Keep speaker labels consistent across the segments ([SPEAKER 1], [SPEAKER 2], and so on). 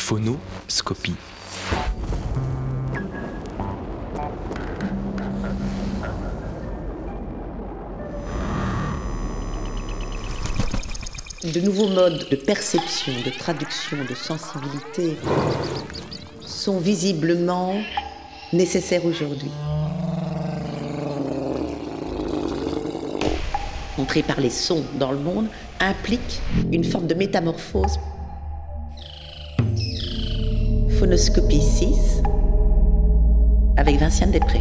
[SPEAKER 1] Phonoscopie.
[SPEAKER 2] De nouveaux modes de perception, de traduction, de sensibilité sont visiblement nécessaires aujourd'hui. Entrer par les sons dans le monde implique une forme de métamorphose. Phonoscopie 6 avec Vinciane Després.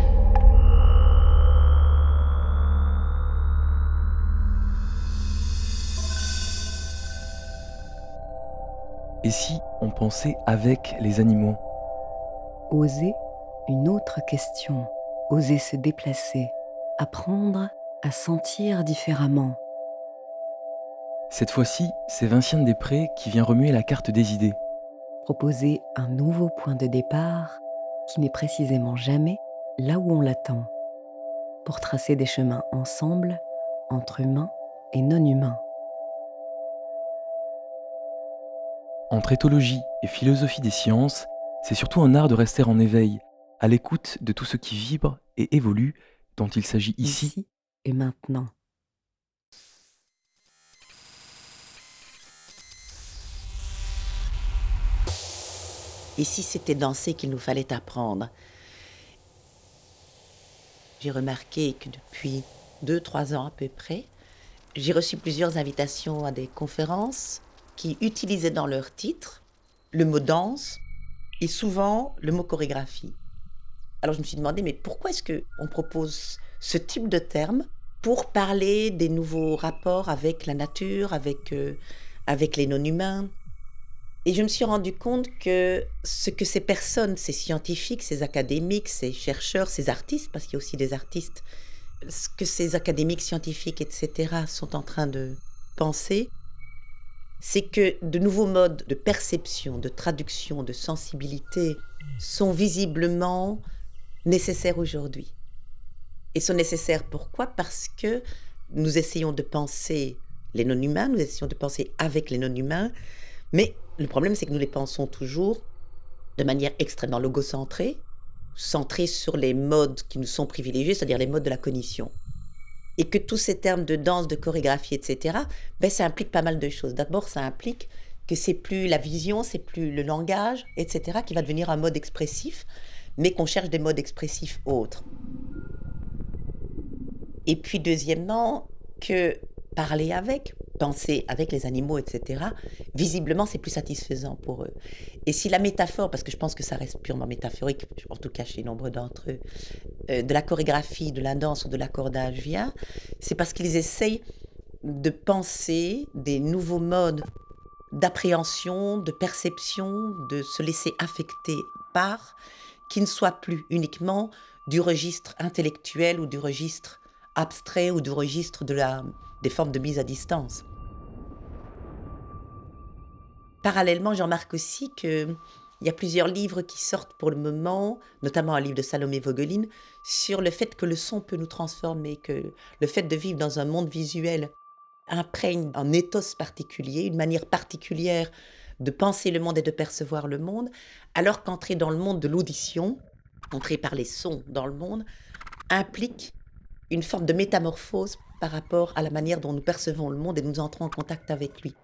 [SPEAKER 1] Et si on pensait avec les animaux ?
[SPEAKER 3] Oser une autre question, oser se déplacer, apprendre à sentir différemment.
[SPEAKER 1] Cette fois-ci, c'est Vinciane Després qui vient remuer la carte des idées.
[SPEAKER 3] Proposer un nouveau point de départ qui n'est précisément jamais là où on l'attend, pour tracer des chemins ensemble, entre humains et non-humains.
[SPEAKER 1] Entre éthologie et philosophie des sciences, c'est surtout un art de rester en éveil, à l'écoute de tout ce qui vibre et évolue, dont il s'agit ici
[SPEAKER 3] et maintenant.
[SPEAKER 2] Et si c'était danser qu'il nous fallait apprendre ? J'ai remarqué que depuis 2-3 ans à peu près, j'ai reçu plusieurs invitations à des conférences qui utilisaient dans leur titre le mot danse et souvent le mot chorégraphie. Alors je me suis demandé, mais pourquoi est-ce qu'on propose ce type de terme pour parler des nouveaux rapports avec la nature, avec les non-humains ? Et je me suis rendu compte que ce que ces personnes, ces scientifiques, ces académiques, ces chercheurs, ces artistes, parce qu'il y a aussi des artistes, ce que ces académiques, scientifiques, etc. sont en train de penser, c'est que de nouveaux modes de perception, de traduction, de sensibilité sont visiblement nécessaires aujourd'hui. Et sont nécessaires pourquoi ? Parce que nous essayons de penser les non-humains, nous essayons de penser avec les non-humains, mais le problème, c'est que nous les pensons toujours de manière extrêmement logocentrée, centrée sur les modes qui nous sont privilégiés, c'est-à-dire les modes de la cognition. Et que tous ces termes de danse, de chorégraphie, etc., ça implique pas mal de choses. D'abord, ça implique que c'est plus la vision, c'est plus le langage, etc., qui va devenir un mode expressif, mais qu'on cherche des modes expressifs autres. Et puis, deuxièmement, que parler avec, penser avec les animaux, etc., visiblement, c'est plus satisfaisant pour eux. Et si la métaphore, parce que je pense que ça reste purement métaphorique, en tout cas chez nombre d'entre eux, de la chorégraphie, de la danse ou de l'accordage vient, c'est parce qu'ils essayent de penser des nouveaux modes d'appréhension, de perception, de se laisser affecter par, qui ne soient plus uniquement du registre intellectuel ou du registre abstrait ou du registre des formes de mise à distance. Parallèlement, je remarque aussi qu'il y a plusieurs livres qui sortent pour le moment, notamment un livre de Salomé Vogeline, sur le fait que le son peut nous transformer, que le fait de vivre dans un monde visuel imprègne un ethos particulier, une manière particulière de penser le monde et de percevoir le monde, alors qu'entrer dans le monde de l'audition, entrer par les sons dans le monde, implique une forme de métamorphose par rapport à la manière dont nous percevons le monde et nous entrons en contact avec lui.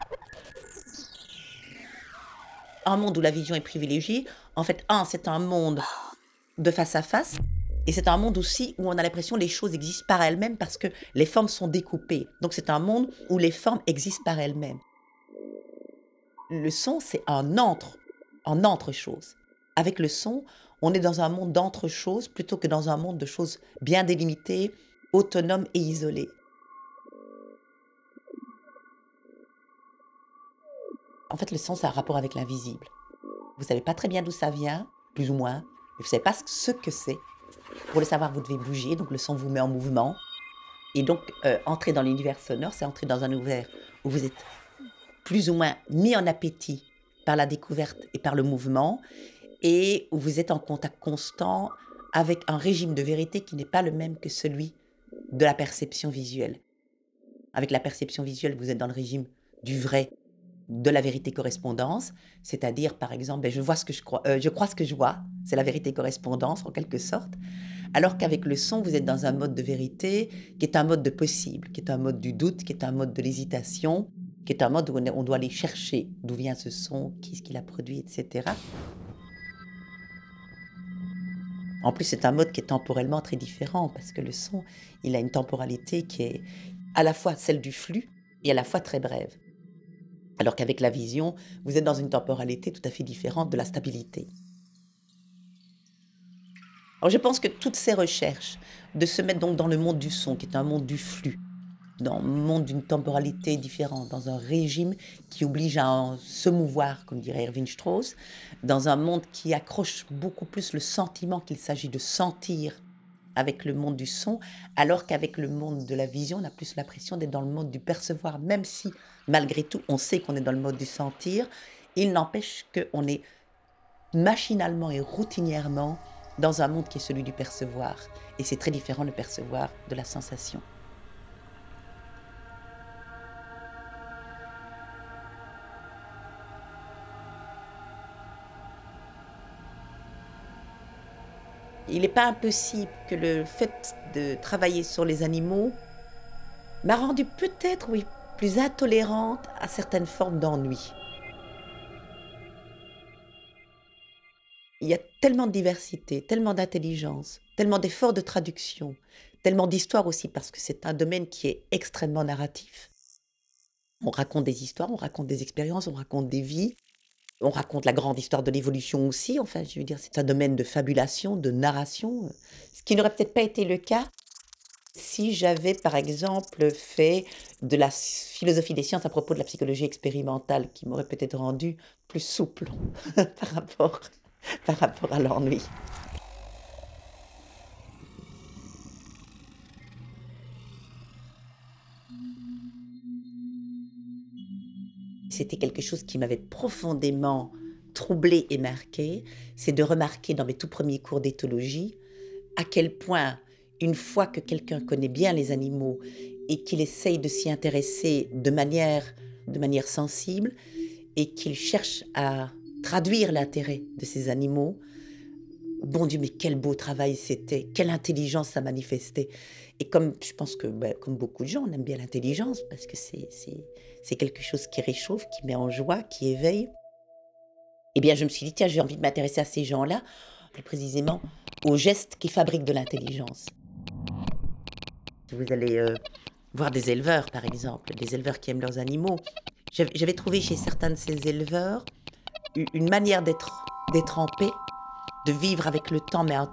[SPEAKER 2] Un monde où la vision est privilégiée, en fait, c'est un monde de face à face, et c'est un monde aussi où on a l'impression que les choses existent par elles-mêmes parce que les formes sont découpées. Donc c'est un monde où les formes existent par elles-mêmes. Le son, c'est un entre-chose. Avec le son, on est dans un monde d'entre-choses plutôt que dans un monde de choses bien délimitées, autonomes et isolées. En fait, le son, c'est un rapport avec l'invisible. Vous ne savez pas très bien d'où ça vient, plus ou moins, mais vous ne savez pas ce que c'est. Pour le savoir, vous devez bouger, donc le son vous met en mouvement. Et donc, entrer dans l'univers sonore, c'est entrer dans un univers où vous êtes plus ou moins mis en appétit par la découverte et par le mouvement, et où vous êtes en contact constant avec un régime de vérité qui n'est pas le même que celui de la perception visuelle. Avec la perception visuelle, vous êtes dans le régime du vrai, de la vérité-correspondance, c'est-à-dire, par exemple, je vois ce que je crois ce que je vois, c'est la vérité-correspondance en quelque sorte, alors qu'avec le son, vous êtes dans un mode de vérité qui est un mode de possible, qui est un mode du doute, qui est un mode de l'hésitation, qui est un mode où on doit aller chercher d'où vient ce son, qui est-ce qui l'a produit, etc. En plus, c'est un mode qui est temporellement très différent, parce que le son, il a une temporalité qui est à la fois celle du flux et à la fois très brève. Alors qu'avec la vision, vous êtes dans une temporalité tout à fait différente de la stabilité. Alors je pense que toutes ces recherches, de se mettre donc dans le monde du son, qui est un monde du flux, dans le monde d'une temporalité différente, dans un régime qui oblige à se mouvoir, comme dirait Erwin Strauss, dans un monde qui accroche beaucoup plus le sentiment qu'il s'agit de sentir avec le monde du son, alors qu'avec le monde de la vision, on a plus l'impression d'être dans le monde du percevoir, même si, malgré tout, on sait qu'on est dans le mode du sentir. Il n'empêche qu'on est machinalement et routinièrement dans un monde qui est celui du percevoir. Et c'est très différent le percevoir de la sensation. Il n'est pas impossible que le fait de travailler sur les animaux m'a rendue peut-être, oui, plus intolérante à certaines formes d'ennui. Il y a tellement de diversité, tellement d'intelligence, tellement d'efforts de traduction, tellement d'histoire aussi, parce que c'est un domaine qui est extrêmement narratif. On raconte des histoires, on raconte des expériences, on raconte des vies, on raconte la grande histoire de l'évolution aussi. Enfin, je veux dire, c'est un domaine de fabulation, de narration, ce qui n'aurait peut-être pas été le cas si j'avais, par exemple, fait de la philosophie des sciences à propos de la psychologie expérimentale, qui m'aurait peut-être rendu plus souple par rapport, par rapport à l'ennui. C'était quelque chose qui m'avait profondément troublée et marquée, c'est de remarquer dans mes tout premiers cours d'éthologie à quel point, une fois que quelqu'un connaît bien les animaux et qu'il essaye de s'y intéresser de manière sensible et qu'il cherche à traduire l'intérêt de ces animaux, bon Dieu, mais quel beau travail c'était, quelle intelligence ça manifestait. Et comme je pense que, comme beaucoup de gens, on aime bien l'intelligence parce que c'est quelque chose qui réchauffe, qui met en joie, qui éveille. Eh bien, je me suis dit, tiens, j'ai envie de m'intéresser à ces gens-là, plus précisément aux gestes qui fabriquent de l'intelligence. Vous allez voir des éleveurs, par exemple, des éleveurs qui aiment leurs animaux. J'avais trouvé chez certains de ces éleveurs une manière d'être en paix, de vivre avec le temps, mais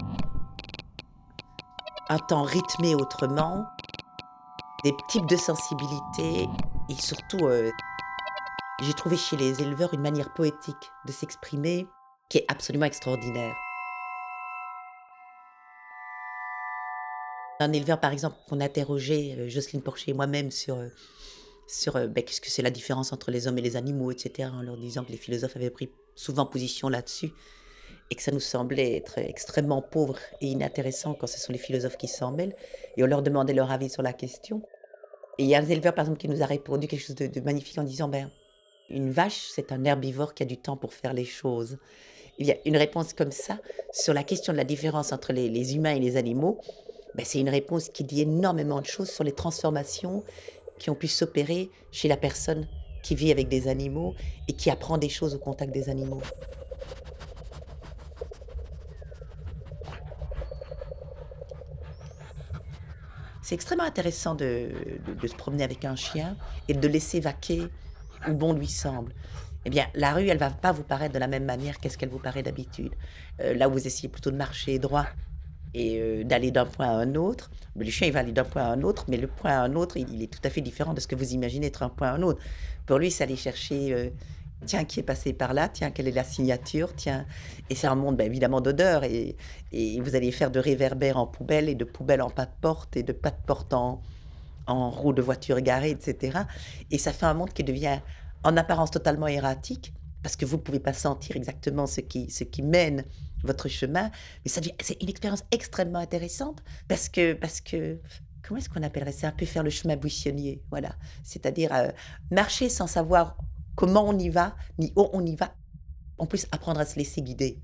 [SPEAKER 2] un temps rythmé autrement, des types de sensibilité et surtout, j'ai trouvé chez les éleveurs une manière poétique de s'exprimer qui est absolument extraordinaire. Un éleveur, par exemple, qu'on interrogeait, Jocelyne Porcher et moi-même sur qu'est-ce que c'est la différence entre les hommes et les animaux, etc., en leur disant que les philosophes avaient pris souvent position là-dessus et que ça nous semblait être extrêmement pauvre et inintéressant quand ce sont les philosophes qui s'en mêlent, et on leur demandait leur avis sur la question. Et il y a un éleveur, par exemple, qui nous a répondu quelque chose de magnifique en disant, une vache, c'est un herbivore qui a du temps pour faire les choses. Il y a une réponse comme ça sur la question de la différence entre les humains et les animaux. C'est une réponse qui dit énormément de choses sur les transformations qui ont pu s'opérer chez la personne qui vit avec des animaux et qui apprend des choses au contact des animaux. C'est extrêmement intéressant de se promener avec un chien et de le laisser vaquer où bon lui semble. Eh bien, la rue, elle va pas vous paraître de la même manière qu'est-ce qu'elle vous paraît d'habitude. Là où vous essayez plutôt de marcher droit et d'aller d'un point à un autre, le chien, il va aller d'un point à un autre, mais le point à un autre, il est tout à fait différent de ce que vous imaginez être un point à un autre. Pour lui, c'est aller chercher, tiens, qui est passé par là, tiens, quelle est la signature, tiens. Et c'est un monde, évidemment, d'odeurs, et vous allez faire de réverbères en poubelle et de poubelles en pas de porte et de pas de porte en roue de voiture garée, etc. Et ça fait un monde qui devient en apparence totalement erratique, parce que vous ne pouvez pas sentir exactement ce qui mène votre chemin, mais c'est une expérience extrêmement intéressante, parce que comment est-ce qu'on appellerait ça? Un peu faire le chemin buissonnier, voilà. C'est-à-dire marcher sans savoir comment on y va, ni où on y va. En plus, apprendre à se laisser guider.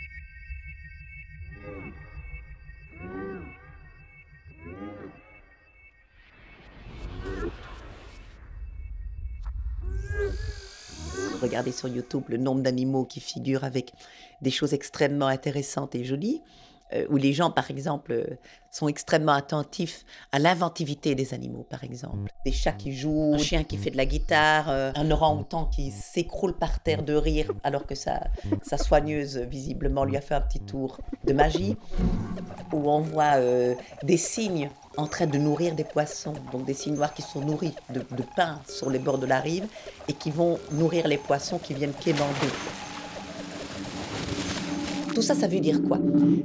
[SPEAKER 2] Regardez sur YouTube le nombre d'animaux qui figurent avec des choses extrêmement intéressantes et jolies, où les gens, par exemple, sont extrêmement attentifs à l'inventivité des animaux, par exemple. Des chats qui jouent, un chien qui fait de la guitare, un orang-outan qui s'écroule par terre de rire alors que sa soigneuse, visiblement, lui a fait un petit tour de magie, où on voit des cygnes en train de nourrir des poissons, donc des cygnes noirs qui sont nourris de pain sur les bords de la rive et qui vont nourrir les poissons qui viennent quémander. Tout ça, ça veut dire quoi?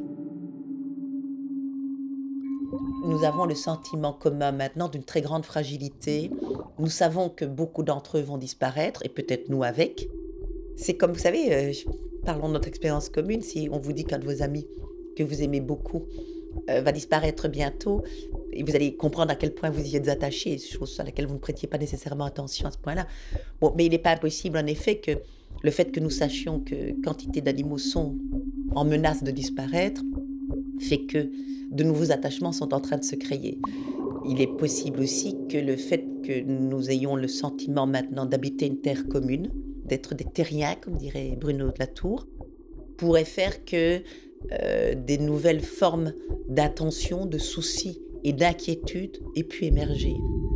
[SPEAKER 2] Nous avons le sentiment commun maintenant d'une très grande fragilité. Nous savons que beaucoup d'entre eux vont disparaître, et peut-être nous avec. C'est comme, vous savez, parlons de notre expérience commune, si on vous dit qu'un de vos amis que vous aimez beaucoup va disparaître bientôt, et vous allez comprendre à quel point vous y êtes attaché, chose à laquelle vous ne prêtiez pas nécessairement attention à ce point-là. Bon, mais il n'est pas impossible, en effet, que le fait que nous sachions que quantité d'animaux sont en menace de disparaître fait que de nouveaux attachements sont en train de se créer. Il est possible aussi que le fait que nous ayons le sentiment maintenant d'habiter une terre commune, d'être des terriens, comme dirait Bruno de la Tour, pourrait faire que des nouvelles formes d'attention, de soucis et d'inquiétude aient pu émerger.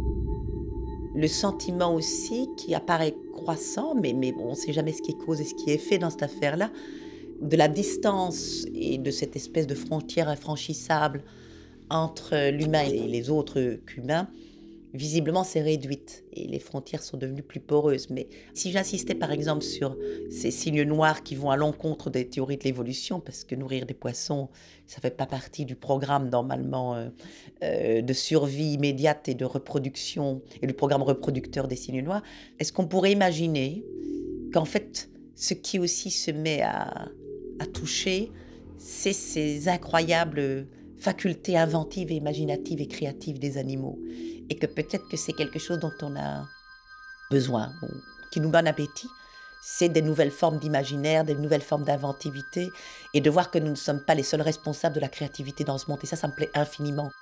[SPEAKER 2] Le sentiment aussi qui apparaît croissant, mais bon, on ne sait jamais ce qui est cause et ce qui est fait dans cette affaire-là, de la distance et de cette espèce de frontière infranchissable entre l'humain et les autres qu'humains, visiblement s'est réduite et les frontières sont devenues plus poreuses. Mais si j'insistais par exemple sur ces signes noirs qui vont à l'encontre des théories de l'évolution, parce que nourrir des poissons, ça ne fait pas partie du programme normalement de survie immédiate et de reproduction, et du programme reproducteur des signes noirs, est-ce qu'on pourrait imaginer qu'en fait, ce qui aussi se met à toucher, c'est ces incroyables facultés inventives et imaginatives et créatives des animaux. Et que peut-être que c'est quelque chose dont on a besoin, ou qui nous donne appétit, c'est des nouvelles formes d'imaginaire, des nouvelles formes d'inventivité, et de voir que nous ne sommes pas les seuls responsables de la créativité dans ce monde. Et ça me plaît infiniment.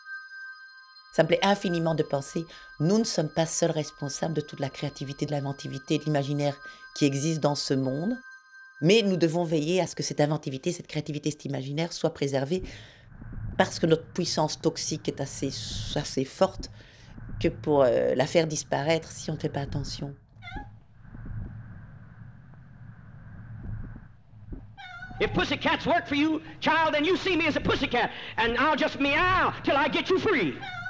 [SPEAKER 2] Ça me plaît infiniment de penser, nous ne sommes pas seuls responsables de toute la créativité, de l'inventivité, de l'imaginaire qui existe dans ce monde, mais nous devons veiller à ce que cette inventivité, cette créativité, cet imaginaire soit préservé parce que notre puissance toxique est assez forte que pour la faire disparaître si on ne fait pas attention.
[SPEAKER 4] If pussycats work for you, child, then you see me as a pussycat, and I'll just meow till I get you free.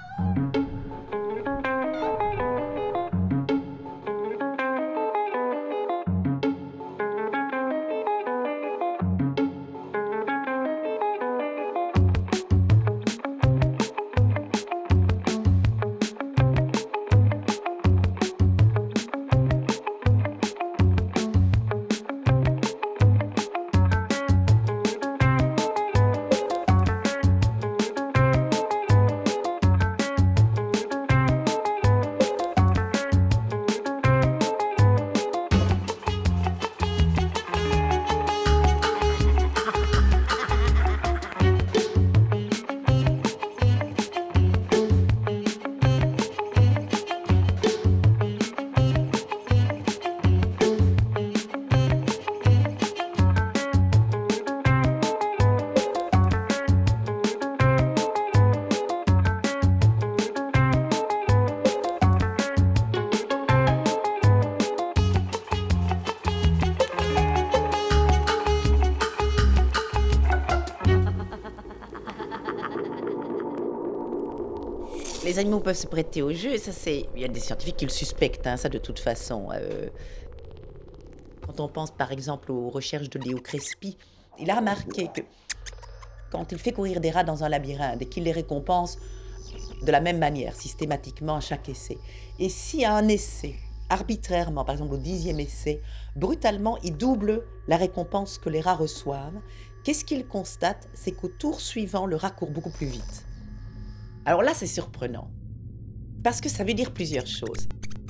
[SPEAKER 2] Les animaux peuvent se prêter au jeu, et ça il y a des scientifiques qui le suspectent, ça de toute façon. Quand on pense par exemple aux recherches de Léo Crespi, il a remarqué que quand il fait courir des rats dans un labyrinthe et qu'il les récompense de la même manière, systématiquement à chaque essai, et si à un essai, arbitrairement, par exemple au 10e essai, brutalement il double la récompense que les rats reçoivent, qu'est-ce qu'il constate? C'est qu'au tour suivant, le rat court beaucoup plus vite. Alors là, c'est surprenant, parce que ça veut dire plusieurs choses.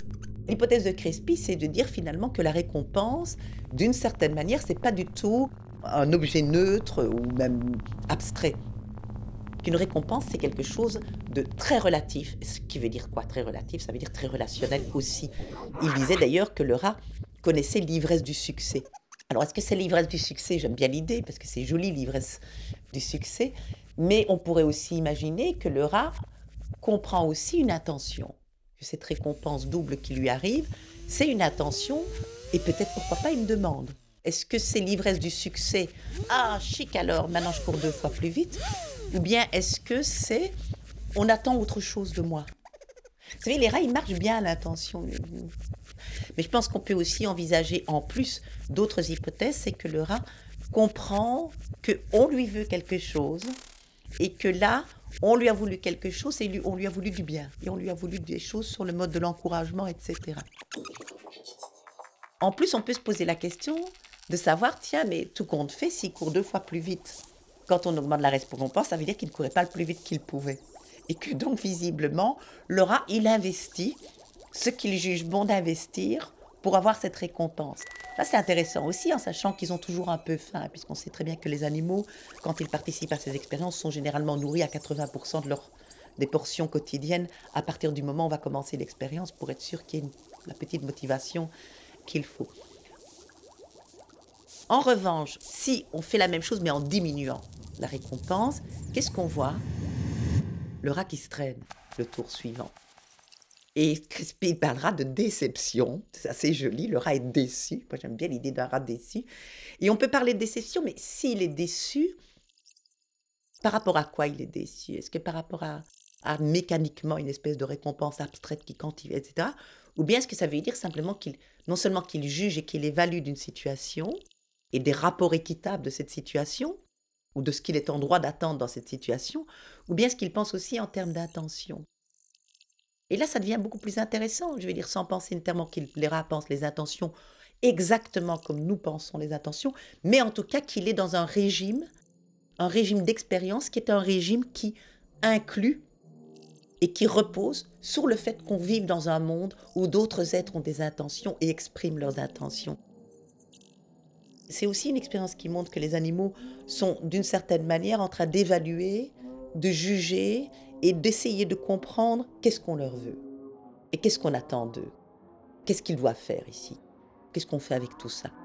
[SPEAKER 2] L'hypothèse de Crespi, c'est de dire finalement que la récompense, d'une certaine manière, c'est pas du tout un objet neutre ou même abstrait. Qu'une récompense, c'est quelque chose de très relatif. Ce qui veut dire quoi, très relatif? Ça veut dire très relationnel aussi. Il disait d'ailleurs que le rat connaissait l'ivresse du succès. Alors, est-ce que c'est l'ivresse du succès? J'aime bien l'idée, parce que c'est joli, l'ivresse du succès. Mais on pourrait aussi imaginer que le rat comprend aussi une intention, que cette récompense double qui lui arrive, c'est une intention et peut-être pourquoi pas une demande. Est-ce que c'est l'ivresse du succès? Ah, chic alors, maintenant je cours 2 fois plus vite. Ou bien est-ce que c'est on attend autre chose de moi? Vous savez, les rats, ils marchent bien à l'intention. Mais je pense qu'on peut aussi envisager en plus d'autres hypothèses, c'est que le rat comprend qu'on lui veut quelque chose et que là, on lui a voulu quelque chose et on lui a voulu du bien. Et on lui a voulu des choses sur le mode de l'encouragement, etc. En plus, on peut se poser la question de savoir, tiens, mais tout compte fait, s'il court 2 fois plus vite, quand on augmente la récompense, ça veut dire qu'il ne courait pas le plus vite qu'il pouvait. Et que donc, visiblement, le rat, il investit ce qu'il juge bon d'investir pour avoir cette récompense. Là, c'est intéressant aussi, en sachant qu'ils ont toujours un peu faim, puisqu'on sait très bien que les animaux, quand ils participent à ces expériences, sont généralement nourris à 80% des portions quotidiennes à partir du moment où on va commencer l'expérience pour être sûr qu'il y ait la petite motivation qu'il faut. En revanche, si on fait la même chose mais en diminuant la récompense, qu'est-ce qu'on voit? Le rat qui se traîne le tour suivant. Et Crespi parlera de déception, c'est assez joli, le rat est déçu, moi j'aime bien l'idée d'un rat déçu. Et on peut parler de déception, mais s'il est déçu, par rapport à quoi il est déçu? Est-ce que par rapport à mécaniquement une espèce de récompense abstraite qui quantifie, etc. Ou bien est-ce que ça veut dire simplement non seulement qu'il juge et qu'il évalue d'une situation et des rapports équitables de cette situation, ou de ce qu'il est en droit d'attendre dans cette situation, ou bien est-ce qu'il pense aussi en termes d'intention? Et là, ça devient beaucoup plus intéressant, je veux dire, sans penser nécessairement que les rats pensent les intentions exactement comme nous pensons les intentions, mais en tout cas qu'il est dans un régime d'expérience qui est un régime qui inclut et qui repose sur le fait qu'on vive dans un monde où d'autres êtres ont des intentions et expriment leurs intentions. C'est aussi une expérience qui montre que les animaux sont d'une certaine manière en train d'évaluer, de juger et d'essayer de comprendre qu'est-ce qu'on leur veut et qu'est-ce qu'on attend d'eux. Qu'est-ce qu'ils doivent faire ici? Qu'est-ce qu'on fait avec tout ça?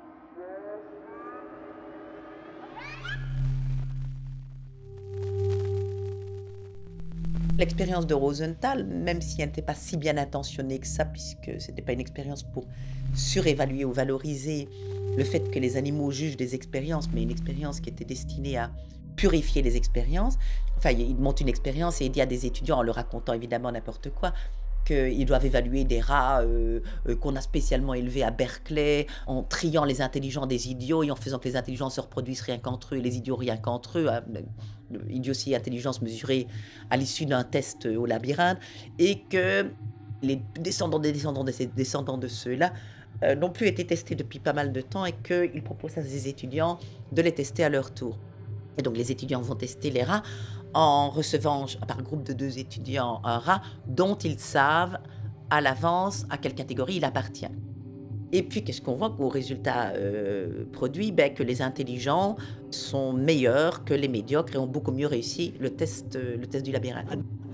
[SPEAKER 2] L'expérience de Rosenthal, même si elle n'était pas si bien intentionnée que ça, puisque ce n'était pas une expérience pour surévaluer ou valoriser le fait que les animaux jugent des expériences, mais une expérience qui était destinée à purifier les expériences. Enfin, il monte une expérience et il dit à des étudiants, en leur racontant évidemment n'importe quoi, qu'ils doivent évaluer des rats qu'on a spécialement élevés à Berkeley, en triant les intelligents des idiots et en faisant que les intelligents se reproduisent rien qu'entre eux et les idiots rien qu'entre eux. Hein. Idiotie et intelligence mesurée à l'issue d'un test au labyrinthe, et que les descendants des descendants de ces descendants de ceux-là n'ont plus été testés depuis pas mal de temps et qu'ils proposent à ces étudiants de les tester à leur tour. Et donc les étudiants vont tester les rats en recevant par groupe de 2 étudiants un rat dont ils savent à l'avance à quelle catégorie il appartient. Et puis qu'est-ce qu'on voit qu'au résultat produit? Que les intelligents sont meilleurs que les médiocres et ont beaucoup mieux réussi le test du labyrinthe.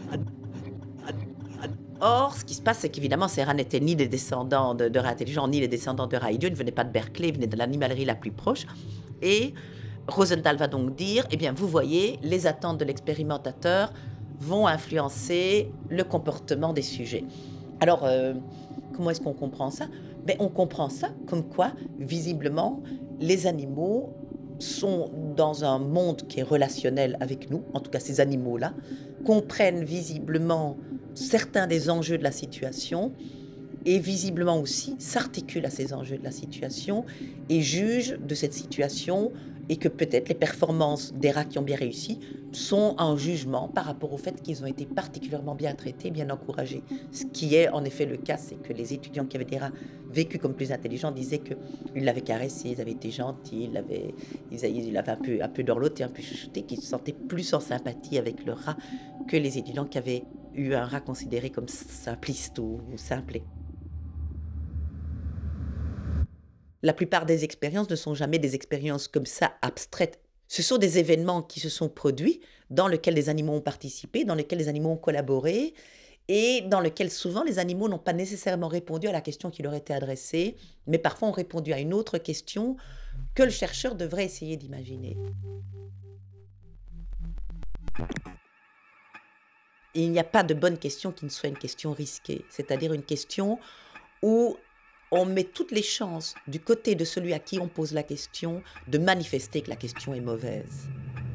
[SPEAKER 2] Or, ce qui se passe, c'est qu'évidemment, ces rats n'étaient ni des descendants de rats intelligents, ni les descendants de rats idiots. Ils ne venaient pas de Berkeley, ils venaient de l'animalerie la plus proche. Et Rosenthal va donc dire, eh bien, vous voyez, les attentes de l'expérimentateur vont influencer le comportement des sujets. Alors, comment est-ce qu'on comprend ça? On comprend ça comme quoi, visiblement, les animaux sont dans un monde qui est relationnel avec nous, en tout cas ces animaux-là, comprennent visiblement certains des enjeux de la situation et visiblement aussi s'articulent à ces enjeux de la situation et jugent de cette situation, et que peut-être les performances des rats qui ont bien réussi sont un jugement par rapport au fait qu'ils ont été particulièrement bien traités, bien encouragés. Ce qui est en effet le cas, c'est que les étudiants qui avaient des rats vécus comme plus intelligents disaient qu'ils l'avaient caressé, ils avaient été gentils, ils l'avaient un peu dorloté, un peu chuchoté, qu'ils se sentaient plus en sympathie avec le rat que les étudiants qui avaient eu un rat considéré comme simpliste ou simplet. La plupart des expériences ne sont jamais des expériences comme ça abstraites. Ce sont des événements qui se sont produits, dans lesquels les animaux ont participé, dans lesquels les animaux ont collaboré, et dans lesquels souvent les animaux n'ont pas nécessairement répondu à la question qui leur était adressée, mais parfois ont répondu à une autre question que le chercheur devrait essayer d'imaginer. Il n'y a pas de bonne question qui ne soit une question risquée, c'est-à-dire une question où on met toutes les chances du côté de celui à qui on pose la question de manifester que la question est mauvaise.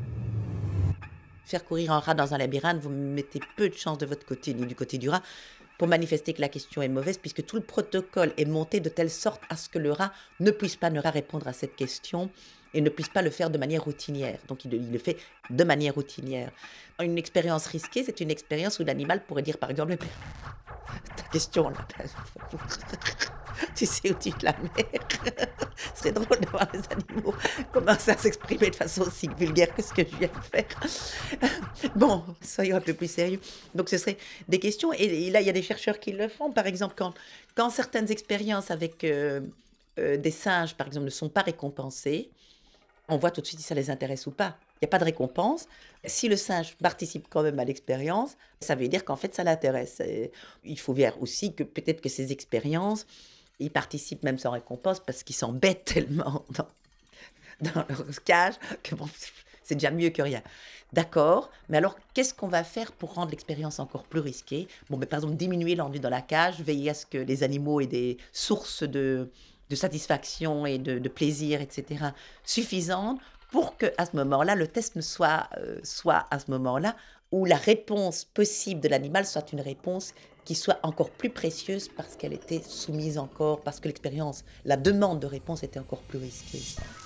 [SPEAKER 2] Faire courir un rat dans un labyrinthe, vous mettez peu de chances de votre côté, ni du côté du rat, pour manifester que la question est mauvaise, puisque tout le protocole est monté de telle sorte à ce que le rat ne puisse pas ne pas répondre à cette question et ne puisse pas le faire de manière routinière. Donc il le fait de manière routinière. Une expérience risquée, c'est une expérience où l'animal pourrait dire par exemple, ta question là, tu sais où tu te la mets. Ce serait drôle de voir les animaux commencer à s'exprimer de façon aussi vulgaire que ce que je viens de faire. Bon, soyons un peu plus sérieux. Donc ce seraient des questions, et là il y a des chercheurs qui le font. Par exemple, quand certaines expériences avec des singes, par exemple, ne sont pas récompensées, on voit tout de suite si ça les intéresse ou pas. Il n'y a pas de récompense. Si le singe participe quand même à l'expérience, ça veut dire qu'en fait, ça l'intéresse. Et il faut voir aussi que peut-être que ces expériences, ils participent même sans récompense parce qu'ils s'embêtent tellement dans leur cage que bon, c'est déjà mieux que rien. D'accord, mais alors qu'est-ce qu'on va faire pour rendre l'expérience encore plus risquée ? Bon, mais par exemple, diminuer l'ennui dans la cage, veiller à ce que les animaux aient des sources de satisfaction et de plaisir, etc., suffisantes pour qu'à ce moment-là, le test ne soit à ce moment-là où la réponse possible de l'animal soit une réponse qui soit encore plus précieuse parce qu'elle était soumise encore, parce que l'expérience, la demande de réponse était encore plus risquée.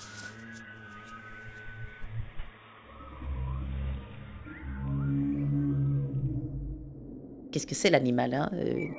[SPEAKER 2] Qu'est-ce que c'est l'animal, hein ?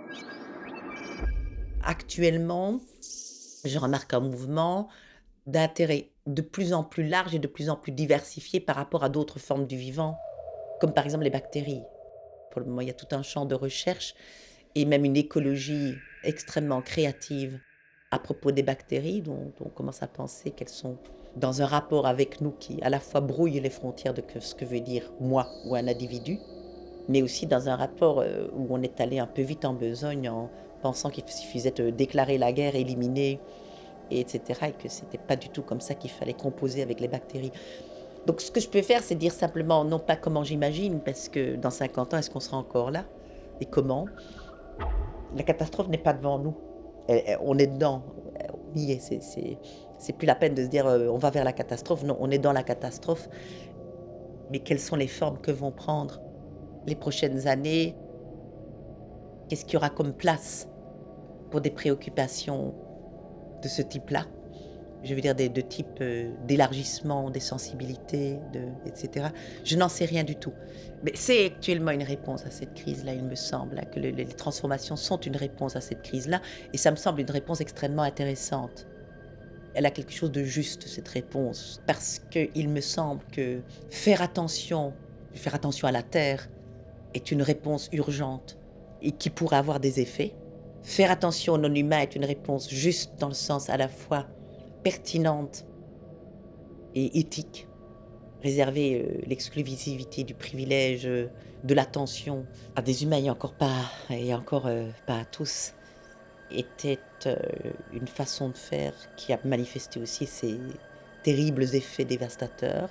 [SPEAKER 2] Actuellement, je remarque un mouvement d'intérêt de plus en plus large et de plus en plus diversifié par rapport à d'autres formes du vivant, comme par exemple les bactéries. Pour le moment, il y a tout un champ de recherche et même une écologie extrêmement créative à propos des bactéries, dont on commence à penser qu'elles sont dans un rapport avec nous qui à la fois brouille les frontières de ce que veut dire moi ou un individu, mais aussi dans un rapport où on est allé un peu vite en besogne en pensant qu'il suffisait de déclarer la guerre, éliminer, etc., et que c'était pas du tout comme ça qu'il fallait composer avec les bactéries. Donc ce que je peux faire, c'est dire simplement, non pas comment j'imagine, parce que dans 50 ans, est-ce qu'on sera encore là ? Et comment ? La catastrophe n'est pas devant nous. On est dedans. On y est. C'est plus la peine de se dire on va vers la catastrophe. Non, on est dans la catastrophe. Mais quelles sont les formes que vont prendre les prochaines années ? Qu'est-ce qu'il y aura comme place pour des préoccupations de ce type-là ? Je veux dire de type d'élargissement des sensibilités, etc. Je n'en sais rien du tout. Mais c'est actuellement une réponse à cette crise-là, il me semble, que les transformations sont une réponse à cette crise-là, et ça me semble une réponse extrêmement intéressante. Elle a quelque chose de juste, cette réponse, parce qu'il me semble que faire attention à la Terre est une réponse urgente et qui pourrait avoir des effets. Faire attention aux non-humains est une réponse juste dans le sens à la fois pertinente et éthique. Réserver l'exclusivité du privilège de l'attention à des humains et encore pas à tous était une façon de faire qui a manifesté aussi ses terribles effets dévastateurs.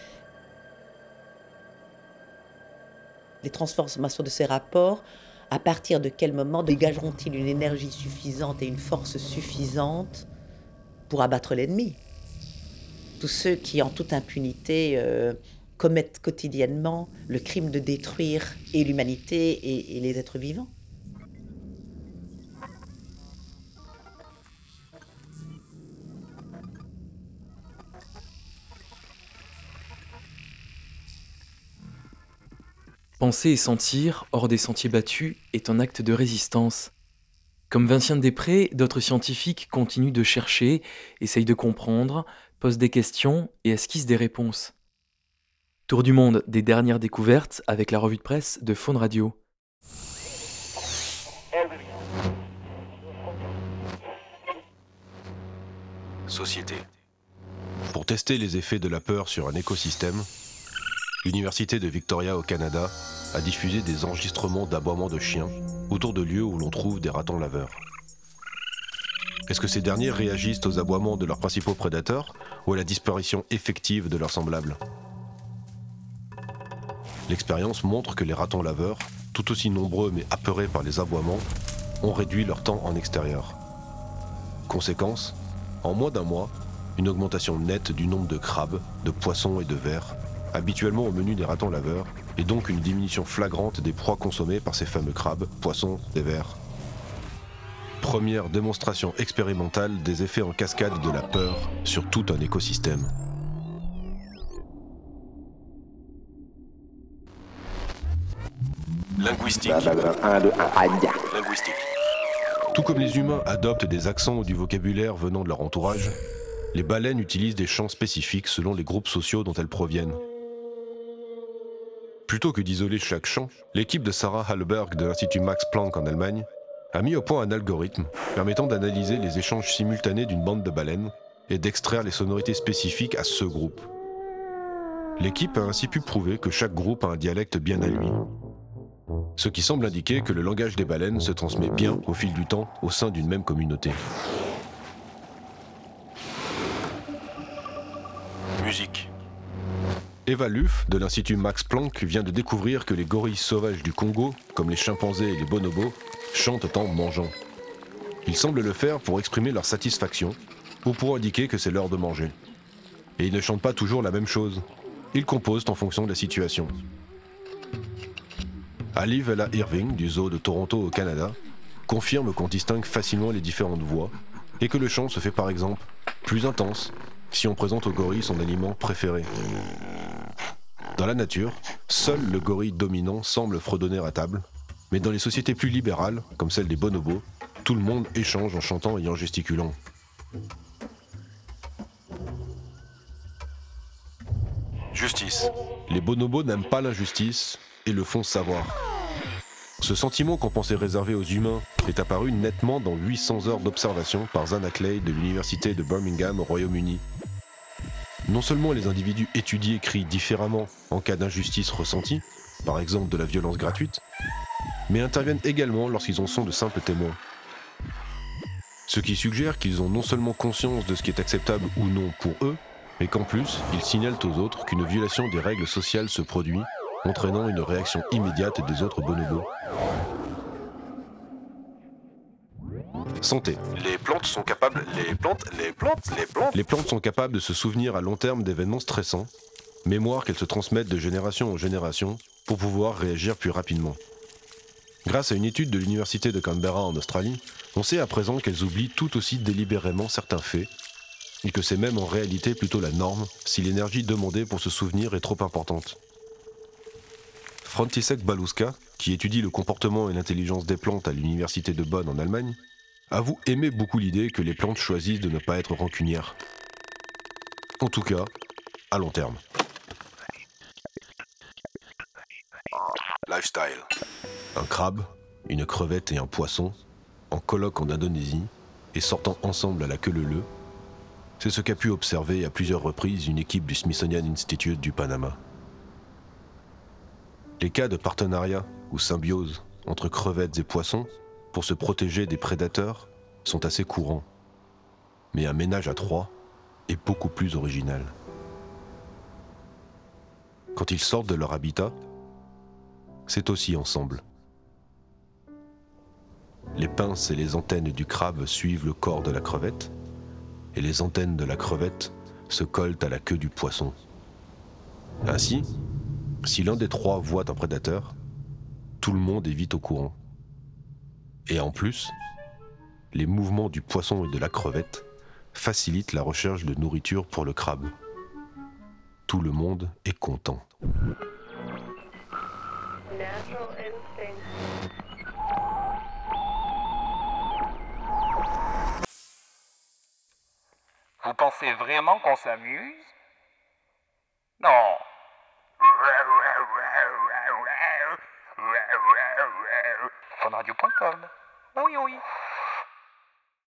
[SPEAKER 2] Les transformations de ces rapports, à partir de quel moment dégageront-ils une énergie suffisante et une force suffisante pour abattre l'ennemi ? Tous ceux qui, en toute impunité, commettent quotidiennement le crime de détruire et l'humanité et les êtres vivants.
[SPEAKER 1] Penser et sentir, hors des sentiers battus, est un acte de résistance. Comme Vinciane Després, d'autres scientifiques continuent de chercher, essayent de comprendre, posent des questions et esquissent des réponses. Tour du monde des dernières découvertes avec la revue de presse de Faune Radio.
[SPEAKER 5] Société. Pour tester les effets de la peur sur un écosystème, l'Université de Victoria au Canada a diffusé des enregistrements d'aboiements de chiens autour de lieux où l'on trouve des ratons laveurs. Est-ce que ces derniers réagissent aux aboiements de leurs principaux prédateurs ou à la disparition effective de leurs semblables ? L'expérience montre que les ratons laveurs, tout aussi nombreux mais apeurés par les aboiements, ont réduit leur temps en extérieur. Conséquence, en moins d'un mois, une augmentation nette du nombre de crabes, de poissons et de vers, habituellement au menu des ratons laveurs, et donc une diminution flagrante des proies consommées par ces fameux crabes, poissons et vers. Première démonstration expérimentale des effets en cascade de la peur sur tout un écosystème. Linguistique. Linguistique. Tout comme les humains adoptent des accents ou du vocabulaire venant de leur entourage, les baleines utilisent des chants spécifiques selon les groupes sociaux dont elles proviennent. Plutôt que d'isoler chaque chant, l'équipe de Sarah Hallberg de l'Institut Max Planck en Allemagne a mis au point un algorithme permettant d'analyser les échanges simultanés d'une bande de baleines et d'extraire les sonorités spécifiques à ce groupe. L'équipe a ainsi pu prouver que chaque groupe a un dialecte bien à lui. Ce qui semble indiquer que le langage des baleines se transmet bien au fil du temps au sein d'une même communauté. Musique. Eva Luff de l'Institut Max Planck vient de découvrir que les gorilles sauvages du Congo, comme les chimpanzés et les bonobos, chantent en mangeant. Ils semblent le faire pour exprimer leur satisfaction ou pour indiquer que c'est l'heure de manger. Et ils ne chantent pas toujours la même chose. Ils composent en fonction de la situation. Ali Vela Irving du zoo de Toronto au Canada confirme qu'on distingue facilement les différentes voix et que le chant se fait par exemple plus intense si on présente au gorille son aliment préféré. Dans la nature, seul le gorille dominant semble fredonner à table, mais dans les sociétés plus libérales, comme celle des bonobos, tout le monde échange en chantant et en gesticulant. Justice. Les bonobos n'aiment pas l'injustice et le font savoir. Ce sentiment qu'on pensait réservé aux humains est apparu nettement dans 800 heures d'observation par Zana Clay de l'université de Birmingham au Royaume-Uni. Non seulement les individus étudiés crient différemment en cas d'injustice ressentie, par exemple de la violence gratuite, mais interviennent également lorsqu'ils en sont de simples témoins. Ce qui suggère qu'ils ont non seulement conscience de ce qui est acceptable ou non pour eux, mais qu'en plus, ils signalent aux autres qu'une violation des règles sociales se produit, entraînant une réaction immédiate des autres bonobos. Santé. Les plantes sont capables sont capables de se souvenir à long terme d'événements stressants, mémoire qu'elles se transmettent de génération en génération pour pouvoir réagir plus rapidement. Grâce à une étude de l'université de Canberra en Australie, on sait à présent qu'elles oublient tout aussi délibérément certains faits, et que c'est même en réalité plutôt la norme si l'énergie demandée pour se souvenir est trop importante. František Baluska, qui étudie le comportement et l'intelligence des plantes à l'université de Bonn en Allemagne, avoue aimer beaucoup l'idée que les plantes choisissent de ne pas être rancunières. En tout cas, à long terme. Lifestyle. Un crabe, une crevette et un poisson, en colloque en Indonésie et sortant ensemble à la queue leu-leu, c'est ce qu'a pu observer à plusieurs reprises une équipe du Smithsonian Institute du Panama. Les cas de partenariat ou symbiose entre crevettes et poissons pour se protéger des prédateurs sont assez courants. Mais un ménage à trois est beaucoup plus original. Quand ils sortent de leur habitat, c'est aussi ensemble. Les pinces et les antennes du crabe suivent le corps de la crevette, et les antennes de la crevette se collent à la queue du poisson. Ainsi, si l'un des trois voit un prédateur, tout le monde est vite au courant. Et en plus, les mouvements du poisson et de la crevette facilitent la recherche de nourriture pour le crabe. Tout le monde est content.
[SPEAKER 6] Vous pensez vraiment qu'on s'amuse? Non. Funradio.com. Oui, oui.